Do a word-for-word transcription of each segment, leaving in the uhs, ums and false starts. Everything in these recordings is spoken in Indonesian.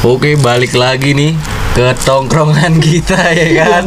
Oke, balik lagi nih ke tongkrongan kita ya kan.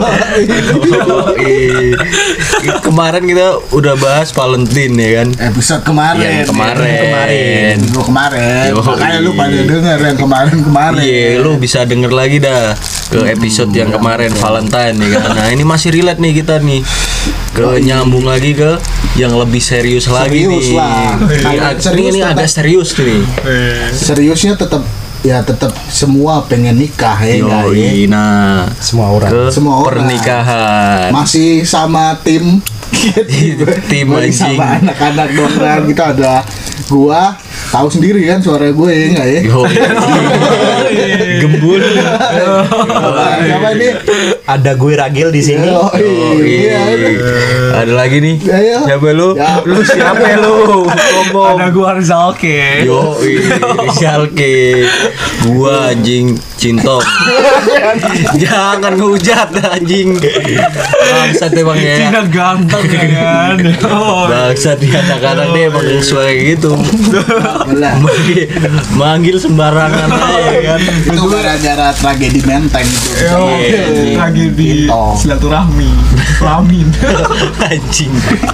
Kemarin kita udah bahas Valentine ya kan. Episode kemarin. Yang kemarin. Kemarin. Minggu kemarin. Yo, makanya lu pada denger yang kemarin-kemarin. Iya, lu bisa denger lagi dah ke episode hmm, yang kemarin ya, Valentine ya kan. Nah, ini masih relate nih kita nih. Ke oh, iya. Nyambung lagi ke yang lebih serius, serius lagi nih. Lah. Ini, ag- serius ini, ini agak serius nih. Seriusnya tetap ya tetap semua pengen nikah ya enggak ya. Nah, semua orang. Ke semua orang. Pernikahan. Masih sama tim tim anjing. Sama anak-anak dongkran kita ada gua tahu sendiri kan suara gue ya enggak ya? Gembul. Siapa ini? Ada gue Ragil di sini. Oh, iya. Ada lagi nih. Siapa lu? Ya. Lu siapa lu? Ngomong. Ada gua Rizalke. Yo, Rizalke. Gua anjing Cintong. Jangan ngehujat anjing. Bangsat emang ya. Cina ganteng ya kan. Bangsat di anak-anak deh emang suara gitu. Manggil, manggil sembarangan aja kan. Itu gara-gara tragedi Menteng itu. Tragedi silaturahmi. Flamin. Anjing.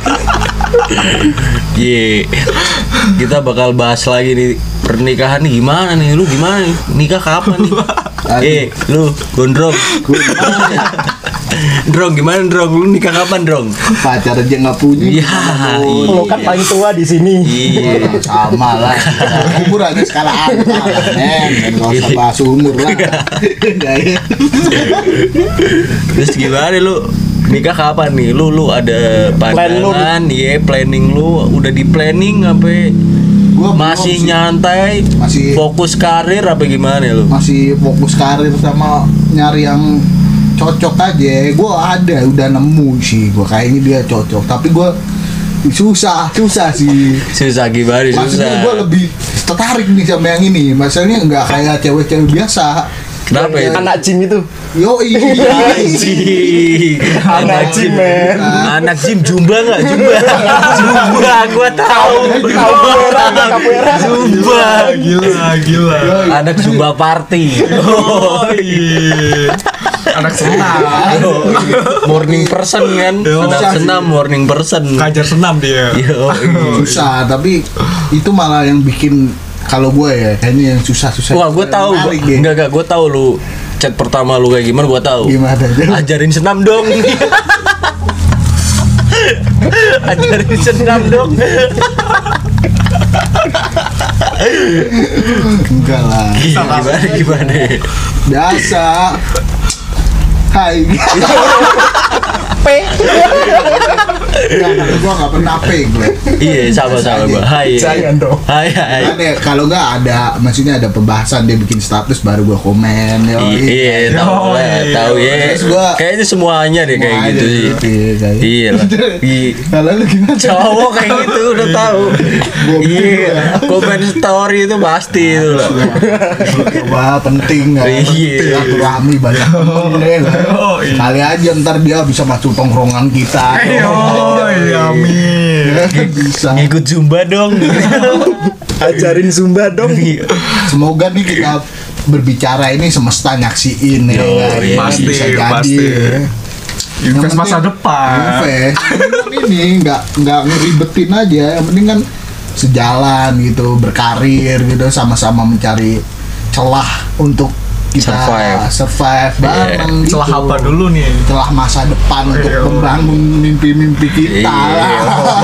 Ye, kita bakal bahas lagi nih pernikahan nih gimana nih, lu gimana nih, nikah kapan nih? Eh, lu gondrong. Drong gimana Drong, lu nikah kapan Drong? Pacar aja nggak punya. Iya, lu kan paling tua di sini. Iya, sama lah. Umur aja skala angka, men, nggak usah bahas umur lah. Terus gimana lu? Nikah kapan nih? Lu lu ada pandangan, ya planning lu udah di planning apa? Gua masih nyantai, masih fokus karir apa gimana lu? Masih fokus karir sama nyari yang cocok aja. Gue ada udah nemu sih, gue kayaknya dia cocok. Tapi gue susah, susah sih. Susah gimana? Susah. Maksudnya gue lebih tertarik nih sama yang ini. Maksudnya nggak kayak cewek-cewek biasa. Kenapa ya? Anak Jim itu. Yo iya. Anak Jim men. Anak Jim Jumba nggak? Jumba. Jumba, gua tahu. Capoeira. Jumba. Gila, gila. Anak Jumba party. Oh iya. Anak senam. Morning person kan? Anak senam morning person. Kajar senam dia. Susah, tapi itu malah yang bikin kalau gue ya kayaknya yang susah-susah. Wah, gue tahu. Enggak enggak, gue tahu lu chat pertama lu kayak gimana, gue tahu. Gimana aja? Ajarin senam dong. Ajarin senam dong. Enggak lah. Gimana gimana? Biasa. Hai. P. Enggak, gue nggak pernah P gue. Iya, sama-sama gue. Hai. Jangan dong. Hai hai. Kalau nggak ada, maksudnya ada pembahasan dia bikin status baru gue komen. Yo, iya, tahu lah, tahu ya. Kayaknya semuanya deh kayak gitu sih. Iya lah. Kalau lu gimana? Cowok kayak gitu udah tahu. Iya, komen story itu pasti itu lah. Wah, penting nggak? Iya. Rami banyak temen lah. Kali aja ntar dia bisa masuk tongkrongan kita. Oh iya, amin. Bisa. Ngikut Zumba dong. Ajarin Zumba dong. Semoga nih kita berbicara ini semesta nyaksiin ya. Yo, pasti, bisa jadi. pasti. Invest masa depan. Invest. Ini nggak nggak ngeribetin aja. Yang penting kan sejalan gitu, berkarir gitu, sama-sama mencari celah untuk kita survive, survive bareng yeah. gitu. Celah apa dulu nih? Celah masa depan oh, untuk iya. membangun mimpi-mimpi kita lah.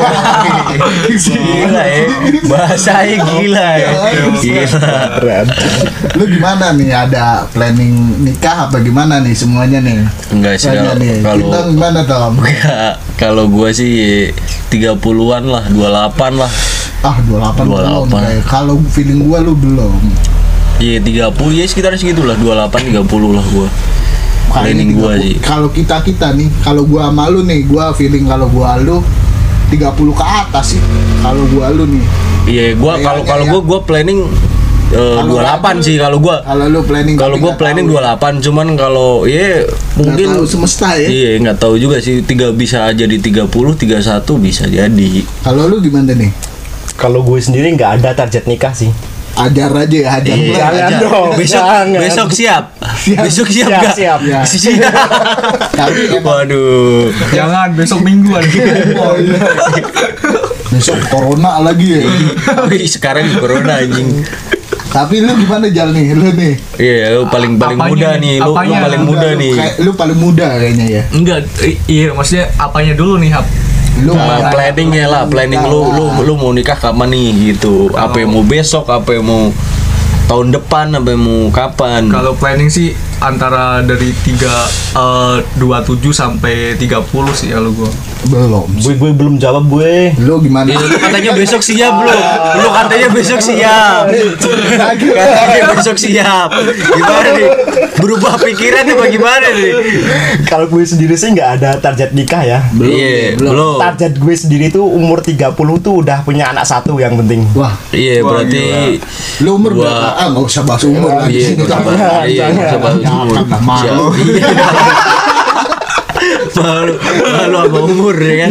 Gila ya, bahasanya gila ya. Gila. Lu gimana nih, ada planning nikah apa gimana nih semuanya nih? Enggak sih kalau kita gimana Tom? Kalau gua sih tiga puluhan lah, dua puluh delapan lah. Ah dua puluh delapan belum. Kalau feeling gua lu belum. Iya tiga puluh ya sekitar segitu lah, dua puluh delapan tiga puluh lah gua. Planning gua sih. Kalau kita-kita nih, kalau gua sama lu nih, gua feeling kalau gua lu tiga puluh ke atas sih. Kalau gua lu nih. Iya, gua kalau kalau gua gua planning uh, dua puluh delapan sih kalau gua. Kalau lu planning kalau gua planning dua puluh delapan, cuman kalau ya mungkin tahu semesta ya. Iya, enggak tahu juga sih, tiga bisa jadi tiga puluh, tiga puluh satu bisa jadi. Kalau lu gimana nih? Kalau gue sendiri nggak ada target nikah sih. Ajar aja ya, hajar. Iya, Jangan ajar. dong, Besok jangan. besok siap. Siap. Besok siap Siap, enggak? siap. Ya. Siap. Tapi emang Waduh. Jangan besok minggu ada. oh, iya. Besok corona lagi ya. Wih, sekarang corona anjing. Tapi lu gimana Jal nih? Lu nih. Iya, lu paling paling Apanya muda nih? nih, lu, lu Apanya? paling muda Lu nih. kayak- lu paling muda kayaknya ya. Enggak, i- iya maksudnya apanya dulu nih, Hap? Lu Nah, mana- planningnya lah, planning lu lu lu mau nikah kapan nih gitu. Apa yang mau besok, apa yang mau tahun depan, apa yang mau kapan? Kalau planning sih antara dari tiga eh, dua puluh tujuh sampai tiga puluh sih kalau gua. belum. Gue gue belum jawab gue. Lu gimana? Iya, lu katanya besok siap lu. Lu katanya besok siap. Katanya besok siap. Gimana nih? Berubah pikiran apa gimana nih? Kalau gue sendiri sih nggak ada target nikah ya. Belum, Iya, belum. belum. Target gue sendiri tuh umur tiga puluh tuh udah punya anak satu yang penting. Wah, Iya, Wah, berarti lu umur Gua- berapa? Ah, enggak usah bahas umur lagi. Iya, Sini, nggak usah jangan. bahas- iya, nggak usah bahas Jangan umur. lah, malu. Iya. Malu, malu sama umur ya kan?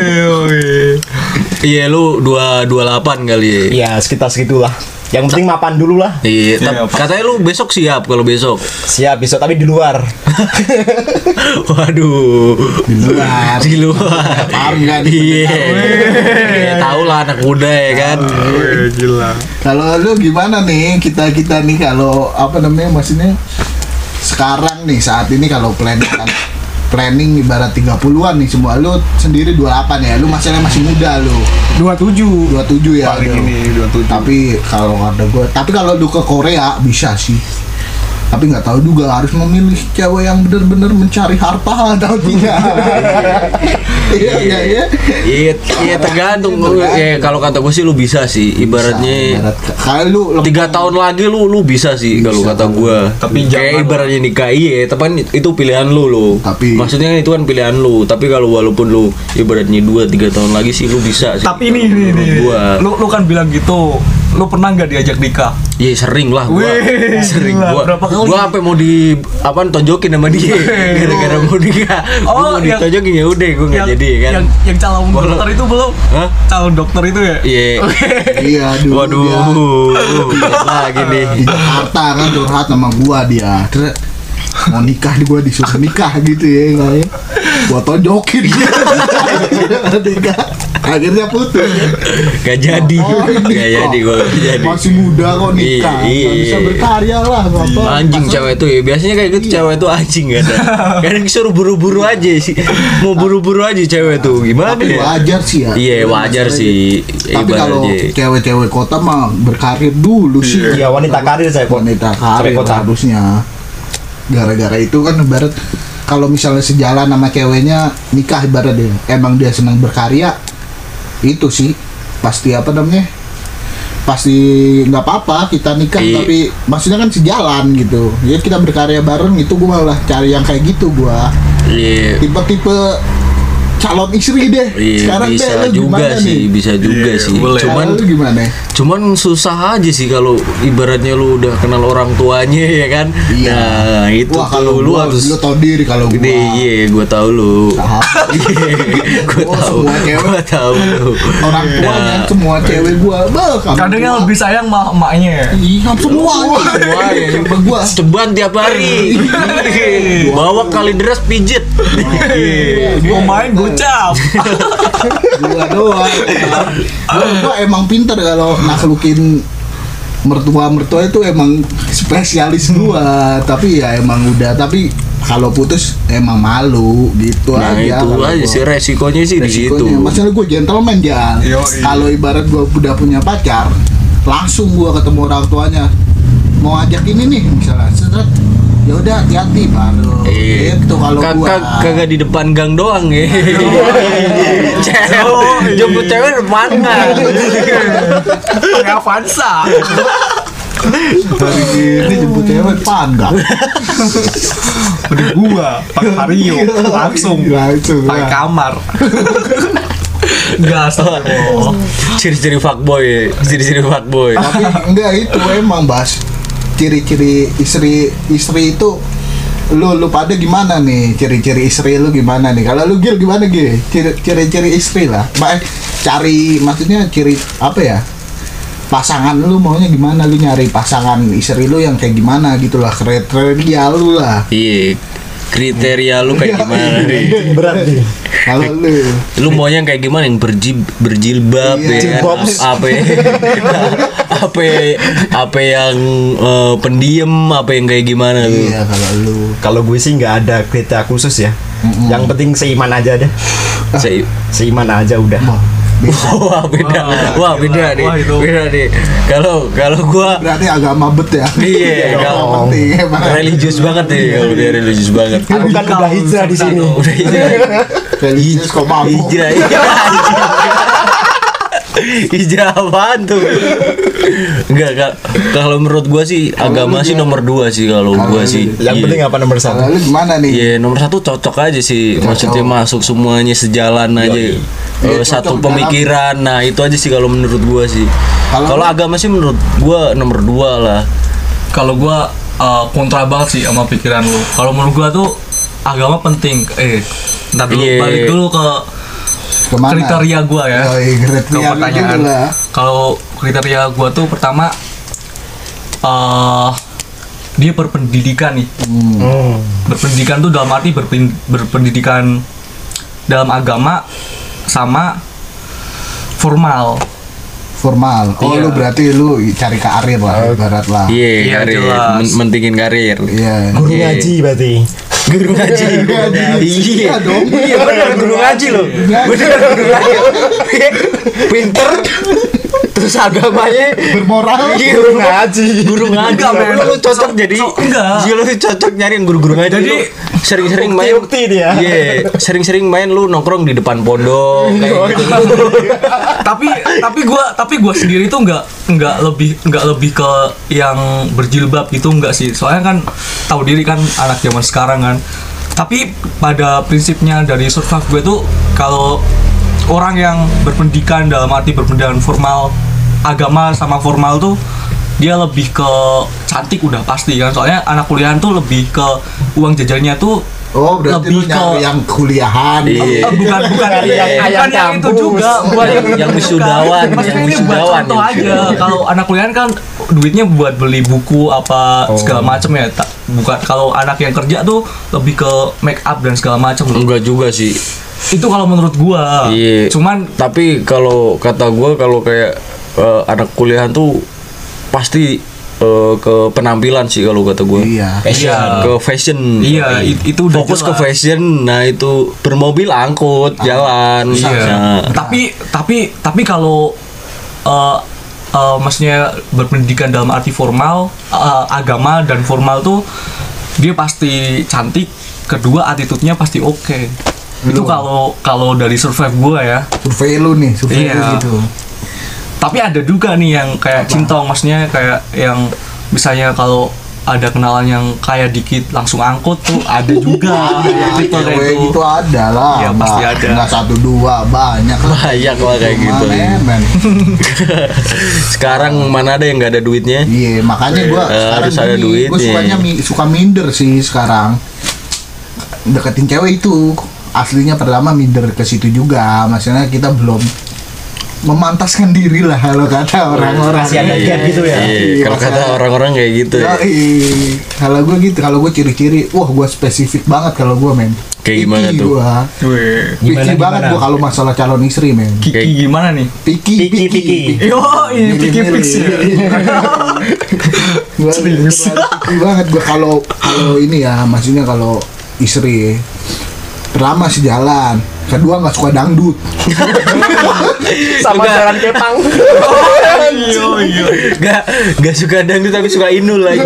Iya, lu dua dua delapan kali ya. Iya sekitar segitulah. Yang penting mapan dulu lah. Iya, Iya, tap- Pak. katanya lu besok siap kalau besok. Siap besok tapi di luar. Waduh. Di luar. Di luar. Paham kan? Iya. Iya, tahu lah anak muda ya kan. Wih, gila. Kalau lu gimana nih? Kita kita nih kalau apa namanya maksudnya sekarang nih saat ini kalau planning kan planning ibarat tiga puluhan nih semua lu sendiri dua puluh delapan ya. Lu masih masih muda lu. dua puluh tujuh. dua puluh tujuh ya. Paling lu. ini dua puluh tujuh. Tapi kalau ada gue, tapi kalau lu ke Korea bisa sih. Tapi nggak tahu juga harus memilih cewek yang benar-benar mencari harta atau tidak. Iya iya iya. Iya, iya tergantung. Tergantung. Ya, kalau kata gue sih lu bisa sih. Ibaratnya Ibarat kalau lu tiga tahun lagi lu lu bisa sih kalau kata gua. Tapi kayak jangan- ibaratnya nikah, iya, tapi kan itu pilihan lu lo. Tapi- maksudnya itu kan pilihan lu. Tapi kalau walaupun lu ibaratnya dua tiga tahun lagi sih lu bisa sih. Tapi ini Kalau ini menurut ini. gua. Lu lu kan bilang gitu. Lu pernah nggak diajak nikah? Iya sering lah gua. Wih, sering gila, gua. berapa kali? Gua sampai mau di apaan tonjokin sama dia gara-gara mau nikah. Oh, Gua mau yang- ditonjokin ya udah gua enggak jadi kan. Yang yang calon Gua- dokter itu belum? Hah? Calon dokter itu ya? Iya. iya dulu Waduh. dia Lagi nih. di Jakarta kan curhat sama gua dia. Terus mau nikah di gua disuruh nikah gitu ya enggak ya. Gua tonjokin dia. Nikah. Akhirnya putus. Gak jadi. Oh, ini Gak kok. jadi gua gak jadi. Masih muda kok nikah. Iya, Nggak bisa iya. berkarya lah apa. Anjing Masa- cewek tuh ya biasanya kayak gitu cewek tuh anjing kan. Kadang disuruh buru-buru aja sih. Mau buru-buru aja cewek tuh. Gimana Tapi ya? wajar sih ya. Iya, wajar sih. Tapi kalau Ibaratnya. cewek-cewek kota mah berkarir dulu sih. Iya wanita karir saya kok. Wanita Cewek karir kota. harusnya. Gara-gara itu kan ibarat kalau misalnya sejalan sama ceweknya nikah ibarat deh. Emang dia senang berkarya, itu sih pasti apa namanya? Pasti nggak apa-apa kita nikah Iya. tapi maksudnya kan sejalan gitu. Ya kita berkarya bareng itu gua malah cari yang kayak gitu gua. Iya. Tipe-tipe calon istri deh. Iya, Sekarang bisa deh lu juga gimana sih, nih? bisa juga Iya, sih. boleh. Cuman Kalau lu gimana? cuman susah aja sih kalau ibaratnya lu udah kenal orang tuanya ya kan. Iya. Nah, itu Wah tuh kalau lu gua, harus lu tau diri kalau gua. Gede, iya, gua tahu lu. Tahap. Gua Oh, tahu. semua cewek. Gua tahu lu. Orang tuanya Nah, semua cewek gua, bah, kamu Kadang yang gua- lebih sayang mah emaknya. Iya, semua semua ya Coba gua ceban tiap hari. Bawa kali deras pijet. Iya. Mau main gocap. gua doang. Gua, gua emang pinter kalau naklukin mertua-mertua itu emang spesialis gua. Tapi ya emang udah, tapi kalau putus emang malu gitu Nah, aja. itu kalau aja gua. sih resikonya sih di situ. Resikonya. Masalah gue gentleman ya. Yoi. Kalau ibarat gue udah punya pacar, langsung gue ketemu orang tuanya. Mau ajak ini nih, misalnya, set, ya udah hati-hati baru. Iya. Gitu kalau Kag- gue. kag- kagak di depan gang doang ya. Cewek jemput cewek depan gang. Pakai Avanza. Hari ini jemput cewek panggang. Udah gua, pakai Vario, langsung, Langsung. pakai kamar. Gas. Oh. Ciri-ciri fuckboy, ya. ciri-ciri fuckboy. Tapi enggak itu emang Bas. Ciri-ciri istri istri itu lu lu pada gimana nih ciri-ciri istri lu gimana nih kalau lu Gil gimana Gil ciri- ciri-ciri istri lah Mbak, cari maksudnya ciri apa ya pasangan lu maunya gimana, lu nyari pasangan istri lu yang kayak gimana gitu lah, kriteria lu lah. Iya, kriteria lu kayak gimana nih? Berat nih. Kalau lu Lu maunya yang kayak gimana, yang berjib berjilbab Iya. ya kan? apa apa apa yang eh, pendiam, apa yang kayak gimana lu? iya kalau lu Kalau gue sih nggak ada kriteria khusus ya. Yang penting seiman aja deh. Saya Seiman aja udah. Wah beda, wah beda nih, Wah, itu. beda nih. Kalau kalau gua, berarti agama bet ya. iya, kalau penting emang. religius banget nih, kalau dia religius banget. Aku kan udah hijrah di sini. Udah hijrah, Religius kok mampu. hijrah, hijrah. Hijrah apaan tuh? Enggak, Kak. Kalau menurut gua sih agama sih nomor dua sih kalau Kalau gua lu sih. Yang Iya. penting apa nomor Kalau satu? lu gimana nih? Iya, nomor satu cocok aja sih. Maksudnya masuk semuanya sejalan aja. Eh, Iya, satu cocok pemikiran. Nah, itu aja sih kalau menurut gua sih. Kalau Kalau lu- agama sih menurut gua nomor dua lah. Kalau gua uh, kontra banget sih sama pikiran lu. Kalau menurut gua tuh agama penting. Eh, ntar dulu Iya. balik dulu ke Kemana? kriteria gua ya. Oh, iya, Ke kriteria lu pertanyaan. dulu lah. Kalau kriteria gua tuh pertama uh, dia berpendidikan nih. Hmm. Berpendidikan tuh dalam arti berpen- berpendidikan dalam agama sama formal. Formal. Oh, Iya. lu berarti lu cari karir lah, ibarat lah. Iya, Iya, karir. jelas. Men- mentingin karir. Iya. Guru Iya. ngaji berarti. Guru ngaji. ngaji. Iya Iya dong. Iya benar guru ngaji loh. Benar guru ngaji. Pinter. Terus agamanya Bermoral. Iya, guru ngaji. Guru ngaji. Enggak, men. Lu cocok So- jadi. so- enggak. Iya, lu cocok nyari yang guru-guru ngaji. Jadi, Lu sering-sering main. Ukti-ukti dia. Iya, sering-sering main lu nongkrong di depan pondok kayak gitu. tapi tapi gua tapi gua sendiri tuh nggak nggak lebih nggak lebih ke yang berjilbab gitu, nggak sih, soalnya kan tahu diri kan anak zaman sekarang kan. Tapi pada prinsipnya dari survive gue tuh kalau orang yang berpendidikan dalam arti berpendidikan formal, agama sama formal tuh dia lebih ke cantik udah pasti kan, soalnya anak kuliahan tuh lebih ke uang jajannya tuh Oh, berarti lu lebih nyari ke- yang kuliahan. Iya. Eh, bukan bukan Yang bukan ayam yang itu kampus. juga, bukan Yang- yang wisudawan, Maksudnya yang ini buat wisudawan, contoh yang aja. wisudawan. Kalau anak kuliahan kan duitnya buat beli buku apa Oh. segala macam ya. Ta- Bukan kalau anak yang kerja tuh lebih ke make up dan segala macam. Enggak juga sih. Itu kalau menurut gua. Iya. Cuman Tapi kalau kata gua kalau kayak eh, anak kuliahan tuh pasti eh, ke penampilan sih kalau kata gua. Iya. Iya. Ke fashion. Iya, it- itu udah fokus ke jelas. fashion. Nah, itu bermobil angkut, jalan. Iya. Nah, Tapi tapi tapi kalau eh eh, maksudnya berpendidikan dalam arti formal, eh, agama dan formal tuh dia pasti cantik. Kedua, attitude-nya pasti oke. Itu kalau kalau dari survive gua ya. Survei lu nih, survei Iya. lu gitu. Tapi ada juga nih yang kayak cintong, maksudnya kayak yang misalnya kalau ada kenalan yang kayak dikit langsung angkut tuh ada juga. Ya, Tipe kayak cewek itu. gitu ada lah. Iya, pasti Nggak- ada. nggak satu dua, banyak lah. banyak lah kayak gitu. Mana, men? Sekarang mana ada yang nggak ada duitnya? Iya, makanya gua Eh, sekarang harus ada gini, duitnya. gua sukanya mi- suka minder sih sekarang. Deketin cewek itu aslinya pertama minder ke situ juga, maksudnya kita belum memantaskan diri lah kalau kata orang-orang. Masih ada gap gitu ya? Iya, kalau kata masalah- orang-orang kayak gitu. ya. Yoi. Kalau gue gitu, kalau gue ciri-ciri, wah gue spesifik banget kalau gue men. Kayak gimana Picky tuh? Gua. Weh. Gimana, Picky banget gimana? gue kalau masalah calon istri men. Kiki Kayak- gimana nih? Picky, Picky, picky. Yo, ini Kiki fix ya. Gue picky banget gue kalau kalau ini ya, maksudnya kalau istri pertama sejalan, kedua nggak suka dangdut. Sama Enggak. jalan kepang. Iya, iya. Gak, gak suka dangdut tapi suka inul lagi.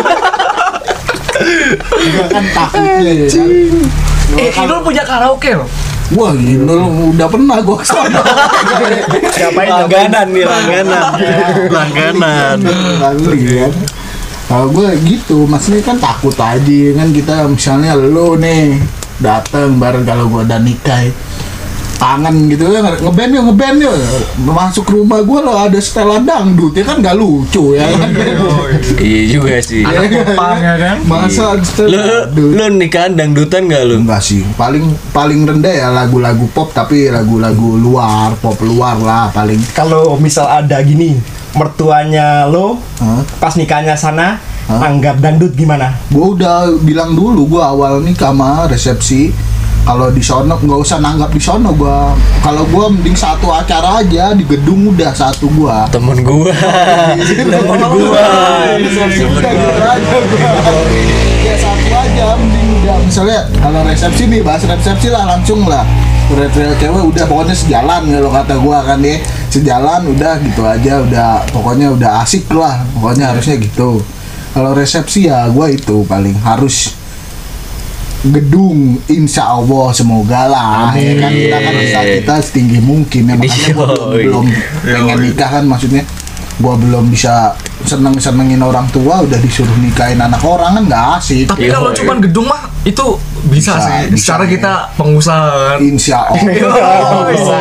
Gua kan takutnya ya kan. Eh, Inul punya karaoke loh. Wah, Inul udah pernah gue kesana. Ngapain Langganan nih, langganan. Langganan. Lalu kan. Kalau gue gitu, maksudnya kan takut aja kan, kita misalnya lo nih dateng bareng kalau gue udah nikah tangan gitu ya, ngeband yuk ngeband yuk masuk rumah gue lo ada setelan dangdut ya kan gak lucu ya kan. Iya juga sih. Iya kan? popang ya kan? Masa Lu setelan dangdut. lu nikahan dangdutan gak lu? Enggak sih, paling paling rendah ya lagu-lagu pop, tapi lagu-lagu luar, pop luar lah paling. Kalau misal ada gini, mertuanya lo Hah? pas nikahnya sana Hah? anggap dangdut gimana? Gue udah bilang dulu, gue awal nikah sama resepsi kalau di sono nggak usah nanggap di sono gua. Kalau gua mending satu acara aja di gedung udah satu gua. Temen gua. Temen gua. Temen gua. Ya satu aja mending udah. Misalnya kalau resepsi nih, bahas resepsi lah langsung lah. Trail cewek udah pokoknya sejalan kalau kata gua kan ya. Sejalan udah gitu aja, udah pokoknya udah asik lah. Pokoknya harusnya gitu. Kalau resepsi ya gua itu paling harus gedung, insya Allah semoga lah. Amin. Ya kan kita kan bisa kita setinggi mungkin ya, makanya gua belum, belum pengen nikah kan, maksudnya gua belum bisa seneng senengin orang tua udah disuruh nikahin anak orang kan nggak asik. Tapi kalau cuman gedung mah itu bisa, Bisa, sih bisa. secara kita pengusaha kan. Insya Allah Bisa.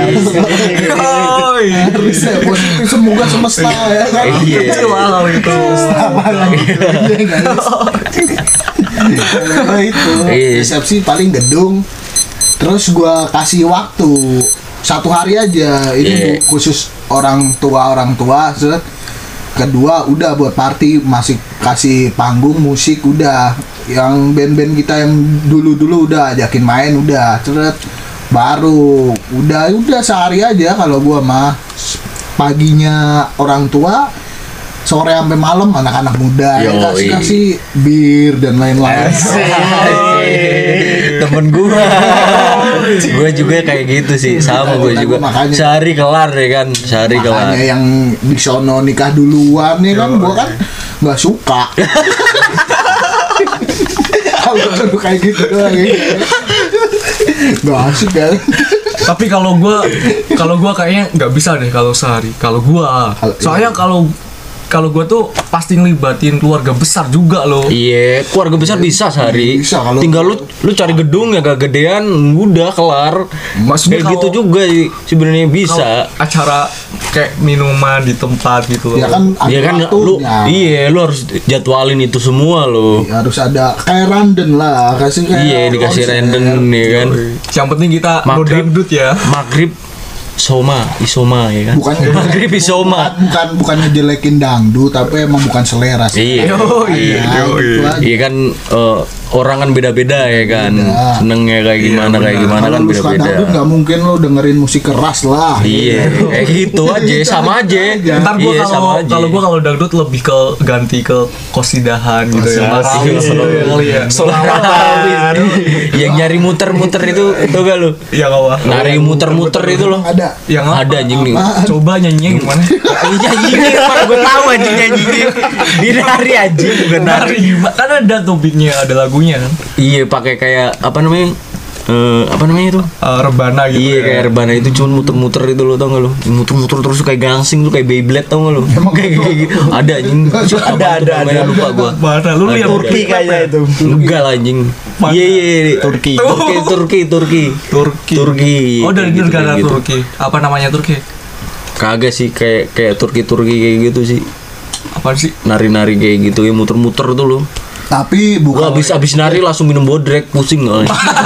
terus ya positif semoga semesta ya kan. Iya. Kecil lah itu. Sama lagi. Iya, guys. Kalau itu Iya. resepsi paling gedung, terus gua kasih waktu satu hari aja ini Iya. bu- khusus orang tua orang tua set. Kedua udah buat party, masih kasih panggung musik udah, yang band-band kita yang dulu-dulu udah ajakin main udah seret. Baru udah udah sehari aja kalau gua mah paginya orang tua, sore sampai malam anak-anak muda ya, Yoi. kasih kasih bir dan lain-lain. Temen gua. Gua juga kayak gitu sih, sama gua juga. Makanya- Sehari kelar ya kan, sehari kelar. Makanya yang di sono nikah duluan ya kan, gua kan nggak suka. Kalau suruh kayak gitu doang ya. Nggak asik kan. Tapi kalau gua kalau gua kayaknya nggak bisa deh kalau sehari. Kalau gua, Kalau- soalnya kalau kalau gua tuh pasti ngelibatin keluarga besar juga loh. Iya, keluarga besar bisa sehari. Bisa, kalau- Tinggal lu lu cari gedung ya gak gedean, udah kelar. Maksudnya Kayak kalau- gitu juga sih, sebenarnya bisa. Kalau acara kayak minuman di tempat gitu loh. Ya kan ada Iya kan lu waktunya. iya lu harus jadwalin itu semua lo. Ya, harus ada kayak random lah, kasih kayak Iya, dikasih konser. random ya kan. Yang penting kita no Maghrib. dangdut ya. Maghrib Soma, isoma ya kan. Bukan Maghrib isoma. bukan bukan, bukan ngejelekin dangdut, tapi emang bukan selera sih. Iya. Yo, Iya, gitu aja. Iya kan eh, orang kan beda-beda ya kan. Beda. Senengnya kayak gimana kayak gimana Kalau kan lu suka dangdut beda-beda. nggak mungkin lu dengerin musik keras lah. Iya, kayak gitu aja, sama aja. Ntar gua Iya, sama kalau aja. kalau gua kalau dangdut lebih ke ganti ke kosidahan gitu ya. Mas. Iya, Kali ya. Solawatan. Yang nyari muter-muter itu, tau gak lu? Ya kawan. Nari muter-muter itu loh. Ada. Yang apa? Ada anjing nih. Apaan? Coba nyanyinya gimana? Iya nyanyiin, mana gue tahu anjing nyanyiin. Dia nari anjing, bukan nari. Nari gimana? Kan ada tuh beatnya, ada lagunya kan. Iya, pakai kayak apa namanya? Eh, apa namanya itu? Eh, rebana gitu. Iya ya. kayak rebana itu cuma muter-muter itu lo, tau gak lo? Muter-muter terus tuh kayak gangsing tuh kayak Beyblade, tau gak lo? Kayak kayak gitu. Ada anjing. Ada, ada, ada. Lupa gua. Mana lu Ada, lihat ada. Turki kayaknya itu. Enggak lah anjing. Mana? Iya iya iya. Turki. Turki Turki Turki. Turki. Turki. Oh, dari Kayak gitu, negara kayak gitu. Turki. Apa namanya Turki? Kagak sih, kayak kayak Turki Turki kayak gitu sih. Apa sih? Nari-nari kayak gitu ya, muter-muter tuh lo. Tapi Gua bukan abis abis nari langsung minum bodrek, pusing nggak?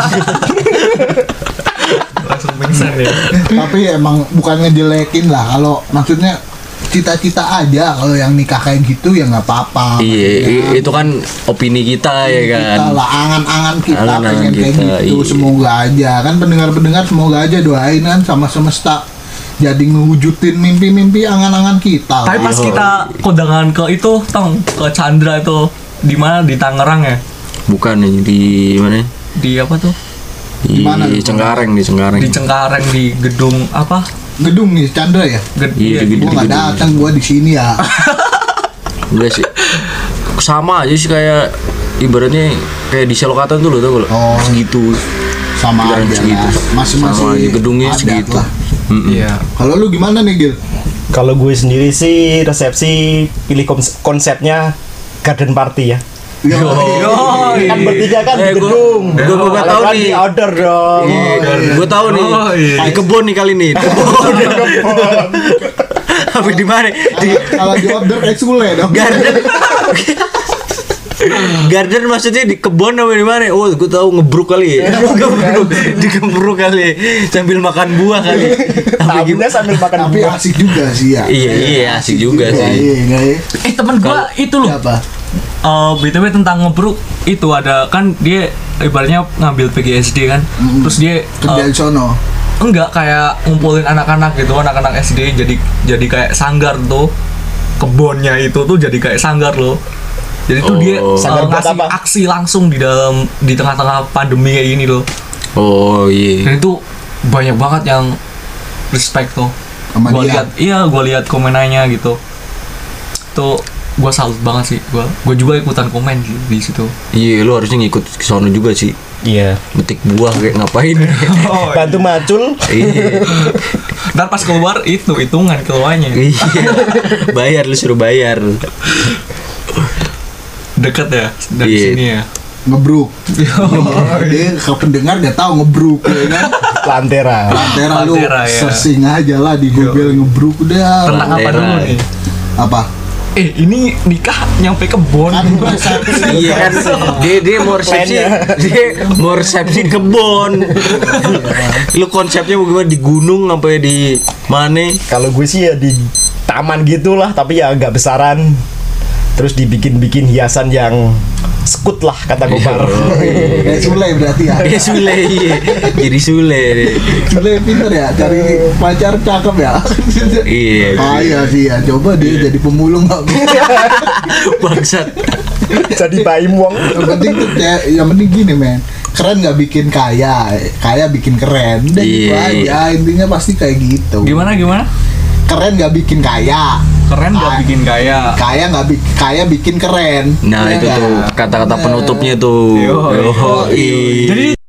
Langsung pingsan ya. tapi emang bukan ngejelekin lah, kalau maksudnya cita-cita aja kalau yang nikah kayak gitu ya nggak apa-apa. Iya, Maksudnya, i- itu kan opini kita ya kan. kita lah angan-angan kita Angan-angan pengen kayak kita, gitu, iya. semoga aja kan pendengar-pendengar semoga aja doain kan sama semesta jadi ngewujudin mimpi-mimpi angan-angan kita. Tapi pas Iya. kita kondangan ke itu, tong ke Chandra itu di mana di Tangerang ya? Bukan nih di mana? Di apa tuh? Di Dimana? Cengkareng, di Cengkareng. Di Cengkareng di gedung apa? Gedung nih Chandra ya. Ged- Iya, di Gua nggak gedung. datang, gua di sini ya. Udah sih. Sama aja sih kayak ibaratnya kayak di Selokatan tuh lo tau gak? Oh. Segitu. Sama Sekitaran aja segitu. lah. Masing-masing Sama aja, gedungnya adat segitu. lah. Mm-mm. Iya. Kalau lu gimana nih Gil? Kalau gue sendiri sih resepsi pilih kons- konsepnya garden party ya. Yo, Kan bertiga kan Eh, di gua- gedung. gua- gua nggak tahu Kan nih. di outdoor dong. Gue tahu nih. Oh, iya. Di kebun nih kali nih. Di kebun. Apa di mana? Di Kalau di order kayak Sule dong. garden. Garden maksudnya di kebun apa di mana? Oh, gue tahu ngebruk kali ya. Ngebruk, dikebruk kali. Sambil makan buah kali. Tamunya sambil makan Tapi buah. asik juga sih ya. Iya, iya asik juga sih. Iya, enggak ya? Eh temen gua itu loh. Apa? Eh B T W tentang ngebruk itu ada kan dia ibaratnya ngambil P G S D kan. Mm-mm. Terus dia Kerja eh, di sono. enggak kayak ngumpulin anak-anak gitu, anak-anak S D jadi jadi kayak sanggar tuh. Kebonnya itu tuh jadi kayak sanggar loh. Jadi tuh Oh. dia uh, Sanggar buat ngasih apa? aksi langsung di dalam di tengah-tengah pandemi kayak gini loh. Oh iya. Dan itu banyak banget yang respect tuh. Sama Gua dia. lihat, iya gua lihat komenannya gitu. Tuh gua salut banget sih gua. Gua juga ikutan komen di, di situ. Iya, lu harusnya ngikut ke sono juga sih. Iya. Metik buah kayak ngapain? Bantu macul. Iya. Ntar pas keluar itu hitungan keluarnya. Iya. Bayar lu suruh bayar. Deket ya dari Iya. sini ya. Ngebruk. Dia ke pendengar gak tahu ngebruk ya kan. Lantera. Lantera lu Lantera, ya. searching aja lah di Google ngebruk udah. Tentang apa Lantera. dulu nih? Apa? Eh ini nikah nyampe kebon. Kan resepsi. Iya kan dia dia mau resepsi dia mau resepsi kebon. Lu konsepnya mau gimana di gunung sampai di mana? Kalau gue sih ya di taman gitulah, tapi ya agak besaran. Terus dibikin-bikin hiasan yang skut lah kata Gopar. Kayak Sule berarti ya. Ya Sule iya. Jadi Sule deh. Sule pinter ya cari pacar cakep ya. Iya. Ah iya sih ya. Coba dia jadi pemulung nggak bisa. Bangsat. Jadi bayi muang. Yang penting tuh kayak yang penting gini men. Keren nggak bikin kaya, kaya bikin keren. Udah gitu Iya. aja. Intinya pasti kayak gitu. Gimana gimana? Keren nggak bikin kaya. Keren gak Ah, bikin kaya. Kaya nggak bikin kaya bikin keren. Nah, Iya itu nggak? tuh kata-kata Nah. penutupnya tuh. Yoi. Yoi. Jadi